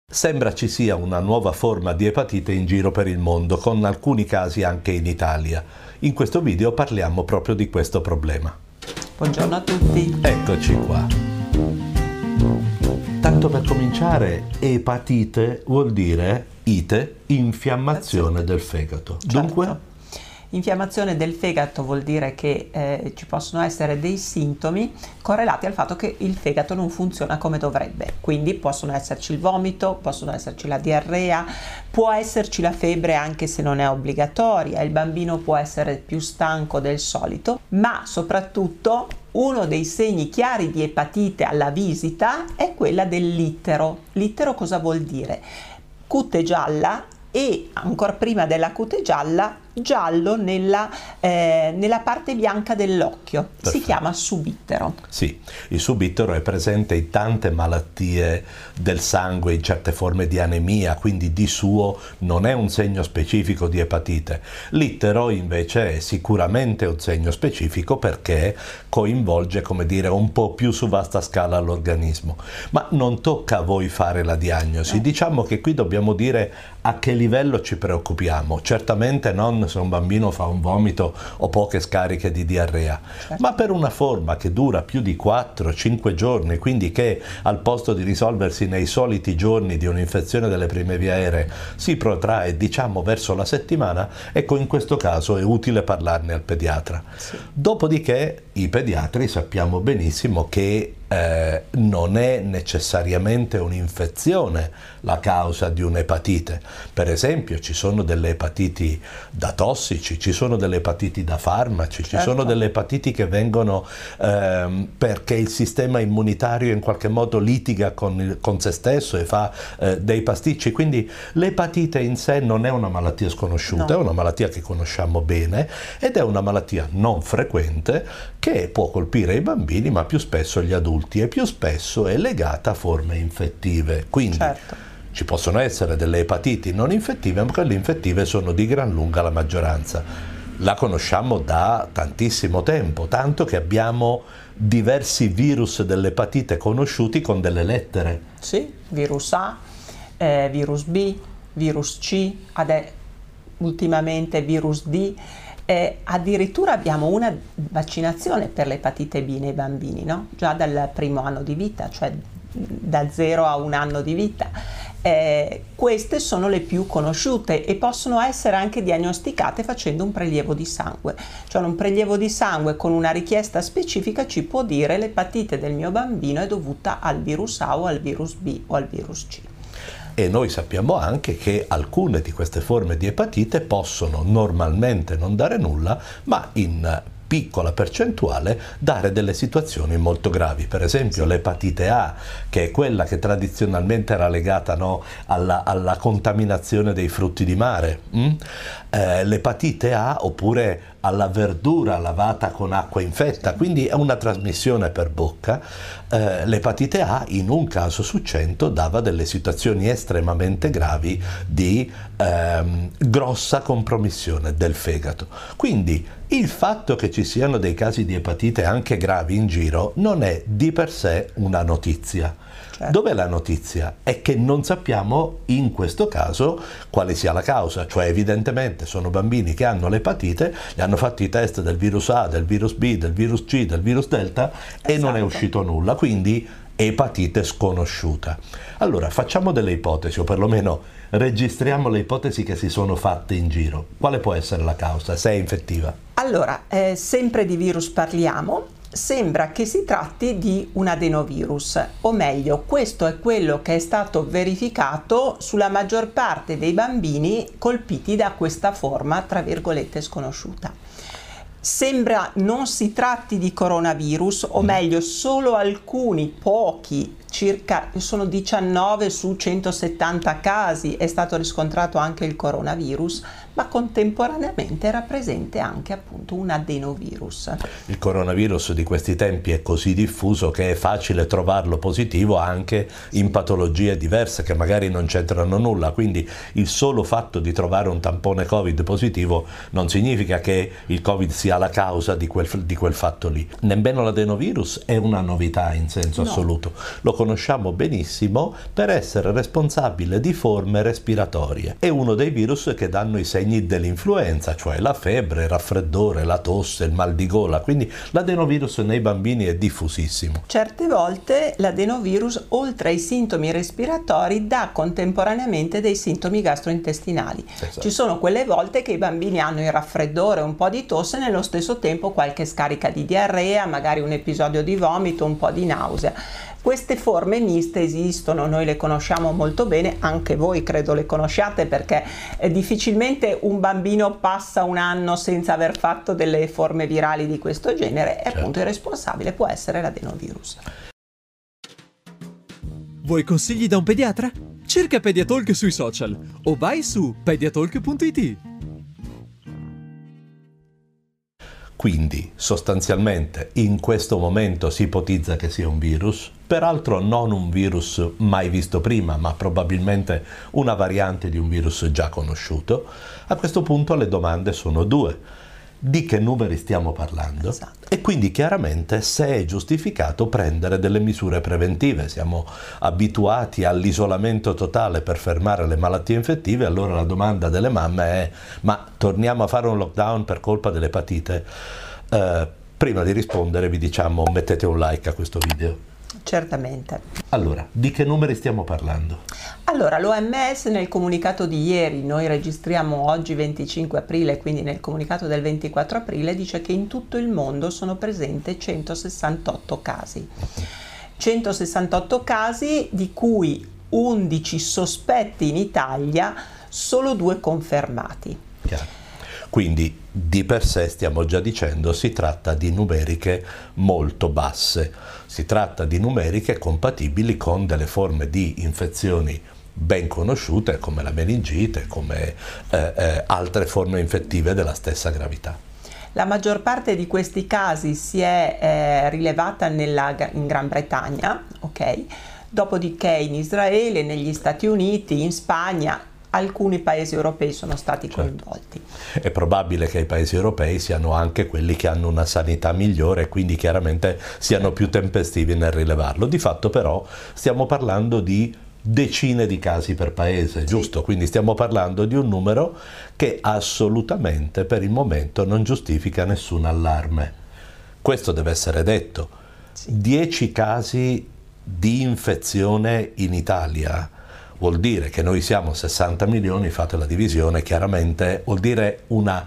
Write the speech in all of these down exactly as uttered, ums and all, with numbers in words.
Sembra ci sia una nuova forma di epatite in giro per il mondo, con alcuni casi anche in Italia. In questo video parliamo proprio di questo problema. Buongiorno a tutti. Eccoci qua. Tanto per cominciare, epatite vuol dire ite, infiammazione del fegato. Certo. Dunque? Infiammazione del fegato vuol dire che eh, ci possono essere dei sintomi correlati al fatto che il fegato non funziona come dovrebbe, quindi possono esserci il vomito, possono esserci la diarrea, può esserci la febbre anche se non è obbligatoria, il bambino può essere più stanco del solito, ma soprattutto uno dei segni chiari di epatite alla visita è quella dell'ittero. L'ittero cosa vuol dire? Cute gialla e ancora prima della cute gialla, giallo nella, eh, nella parte bianca dell'occhio. Perfetto. Si chiama subittero. Sì, il subittero è presente in tante malattie del sangue, in certe forme di anemia, quindi di suo non è un segno specifico di epatite. L'ittero invece è sicuramente un segno specifico perché coinvolge, come dire, un po' più su vasta scala l'organismo. Ma non tocca a voi fare la diagnosi. No. Diciamo che qui dobbiamo dire a che livello ci preoccupiamo. Certamente non se un bambino fa un vomito o poche scariche di diarrea, certo, ma per una forma che dura più di quattro cinque giorni, quindi che al posto di risolversi nei soliti giorni di un'infezione delle prime vie aeree si protrae, diciamo, verso la settimana, ecco, in questo caso è utile parlarne al pediatra. Sì. Dopodiché i pediatri sappiamo benissimo che Eh, non è necessariamente un'infezione la causa di un'epatite. Per esempio ci sono delle epatiti da tossici, ci sono delle epatiti da farmaci, certo, ci sono delle epatiti che vengono ehm, perché il sistema immunitario in qualche modo litiga con, il, con se stesso e fa eh, dei pasticci, quindi l'epatite in sé non è una malattia sconosciuta, no, è una malattia che conosciamo bene ed è una malattia non frequente che può colpire i bambini ma più spesso gli adulti e più spesso è legata a forme infettive. Quindi certo, ci possono essere delle epatiti non infettive, ma quelle infettive sono di gran lunga la maggioranza. La conosciamo da tantissimo tempo, tanto che abbiamo diversi virus dell'epatite conosciuti con delle lettere. sì, virus A, eh, virus B, virus C, ade- ultimamente virus D. Eh, addirittura abbiamo una vaccinazione per l'epatite B nei bambini, no? Già dal primo anno di vita, cioè da zero a un anno di vita. Eh, queste sono le più conosciute e possono essere anche diagnosticate facendo un prelievo di sangue. Cioè un prelievo di sangue con una richiesta specifica ci può dire l'epatite del mio bambino è dovuta al virus A o al virus B o al virus C. E noi sappiamo anche che alcune di queste forme di epatite possono normalmente non dare nulla, ma in piccola percentuale dare delle situazioni molto gravi. Per esempio sì, l'epatite A, che è quella che tradizionalmente era legata, no, alla, alla contaminazione dei frutti di mare, mm? eh, l'epatite A oppure alla verdura lavata con acqua infetta, quindi è una trasmissione per bocca. Eh, l'epatite A in un caso su cento dava delle situazioni estremamente gravi di ehm, grossa compromissione del fegato. Quindi il fatto che ci siano dei casi di epatite anche gravi in giro non è di per sé una notizia. Certo. Dov'è la notizia? È che non sappiamo in questo caso quale sia la causa, cioè evidentemente sono bambini che hanno l'epatite, gli hanno fatto i test del virus A, del virus B, del virus C, del virus Delta e esatto, non è uscito nulla, quindi epatite sconosciuta. Allora facciamo delle ipotesi, o perlomeno registriamo le ipotesi che si sono fatte in giro. Quale può essere la causa, se è infettiva? Allora, eh, sempre di virus parliamo. Sembra che si tratti di un adenovirus, o meglio, questo è quello che è stato verificato sulla maggior parte dei bambini colpiti da questa forma, tra virgolette, sconosciuta. Sembra non si tratti di coronavirus, o meglio, solo alcuni, pochi, circa, sono diciannove su centosettanta casi è stato riscontrato anche il coronavirus, ma contemporaneamente era presente anche appunto un adenovirus. Il coronavirus di questi tempi è così diffuso che è facile trovarlo positivo anche in patologie diverse che magari non c'entrano nulla, quindi il solo fatto di trovare un tampone Covid positivo non significa che il Covid sia la causa di quel, di quel fatto lì. Nemmeno l'adenovirus è una novità in senso no, assoluto, lo conosciamo benissimo per essere responsabile di forme respiratorie. È uno dei virus che danno i segni dell'influenza, cioè la febbre, il raffreddore, la tosse, il mal di gola, quindi l'adenovirus nei bambini è diffusissimo. Certe volte l'adenovirus, oltre ai sintomi respiratori, dà contemporaneamente dei sintomi gastrointestinali. Esatto. Ci sono quelle volte che i bambini hanno il raffreddore, un po' di tosse e nello stesso tempo qualche scarica di diarrea, magari un episodio di vomito, un po' di nausea. Queste forme miste esistono, noi le conosciamo molto bene, anche voi credo le conosciate, perché eh, difficilmente un bambino passa un anno senza aver fatto delle forme virali di questo genere e certo. appunto il responsabile può essere l'adenovirus. Vuoi consigli da un pediatra? Cerca Pediatalk sui social o vai su pediatalk punto it. Quindi sostanzialmente in questo momento si ipotizza che sia un virus, peraltro non un virus mai visto prima, ma probabilmente una variante di un virus già conosciuto. A questo punto le domande sono due. Di che numeri stiamo parlando? Esatto. E quindi chiaramente se è giustificato prendere delle misure preventive. Siamo abituati all'isolamento totale per fermare le malattie infettive, allora la domanda delle mamme è: ma torniamo a fare un lockdown per colpa dell'epatite? Eh, prima di rispondere vi diciamo mettete un like a questo video. Certamente. Allora, di che numeri stiamo parlando? Allora, l'O M S nel comunicato di ieri, noi registriamo oggi venticinque aprile, quindi nel comunicato del ventiquattro aprile, dice che in tutto il mondo sono presenti centosessantotto casi. centosessantotto casi, di cui undici sospetti in Italia, solo due confermati. Chiaro. Quindi di per sé stiamo già dicendo si tratta di numeriche molto basse, si tratta di numeriche compatibili con delle forme di infezioni ben conosciute come la meningite, come eh, eh, altre forme infettive della stessa gravità. La maggior parte di questi casi si è eh, rilevata nella, in Gran Bretagna, ok? Dopodiché in Israele, negli Stati Uniti, in Spagna, alcuni paesi europei sono stati coinvolti. Certo. È probabile che i paesi europei siano anche quelli che hanno una sanità migliore e quindi chiaramente siano più tempestivi nel rilevarlo. Di fatto però stiamo parlando di decine di casi per paese, giusto? Sì. Quindi stiamo parlando di un numero che assolutamente per il momento non giustifica nessun allarme. Questo deve essere detto. Sì. dieci casi di infezione in Italia vuol dire che noi siamo sessanta milioni, fate la divisione, chiaramente vuol dire una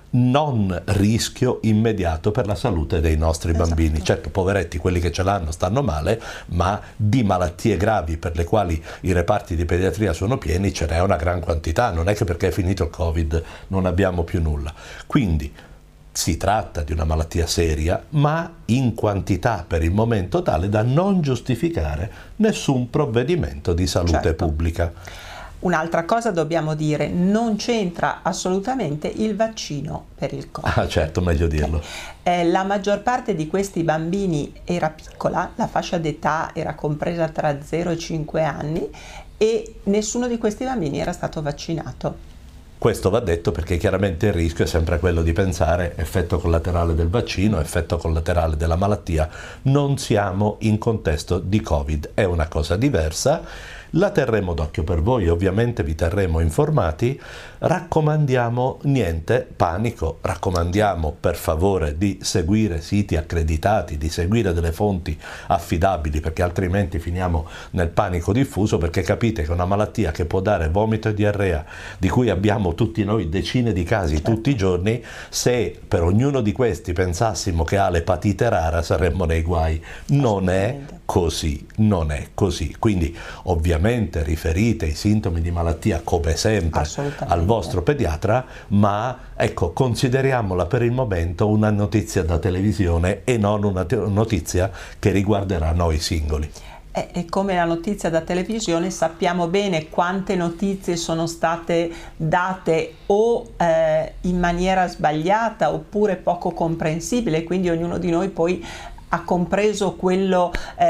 non rischio immediato per la salute dei nostri esatto. bambini. Certo, poveretti, quelli che ce l'hanno stanno male, ma di malattie gravi per le quali i reparti di pediatria sono pieni ce n'è una gran quantità, non è che perché è finito il Covid non abbiamo più nulla. Quindi si tratta di una malattia seria, ma in quantità per il momento tale da non giustificare nessun provvedimento di salute certo. pubblica. Un'altra cosa dobbiamo dire, non c'entra assolutamente il vaccino per il Covid. Ah certo, meglio dirlo. Okay. Eh, la maggior parte di questi bambini era piccola, la fascia d'età era compresa tra zero e cinque anni e nessuno di questi bambini era stato vaccinato. Questo va detto perché chiaramente il rischio è sempre quello di pensare effetto collaterale del vaccino, effetto collaterale della malattia. Non siamo in contesto di Covid, è una cosa diversa. La terremo d'occhio per voi, ovviamente vi terremo informati. Raccomandiamo niente panico, raccomandiamo per favore di seguire siti accreditati, di seguire delle fonti affidabili, perché altrimenti finiamo nel panico diffuso, perché capite che una malattia che può dare vomito e diarrea, di cui abbiamo tutti noi decine di casi tutti i giorni, se per ognuno di questi pensassimo che ha l'epatite rara saremmo nei guai. Non è così, non è così. Quindi ovviamente riferite i sintomi di malattia come sempre al vostro pediatra, ma ecco, consideriamola per il momento una notizia da televisione e non una notizia che riguarderà noi singoli. E come la notizia da televisione sappiamo bene quante notizie sono state date o eh, in maniera sbagliata oppure poco comprensibile, quindi ognuno di noi poi ha compreso quello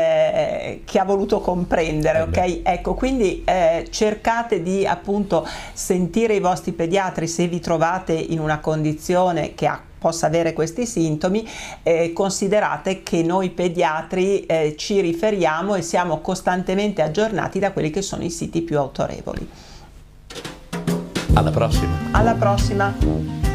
eh, che ha voluto comprendere, ok? Ecco, quindi eh, cercate di appunto sentire i vostri pediatri se vi trovate in una condizione che ha possa avere questi sintomi, eh, considerate che noi pediatri eh, ci riferiamo e siamo costantemente aggiornati da quelli che sono i siti più autorevoli. Alla prossima! Alla prossima!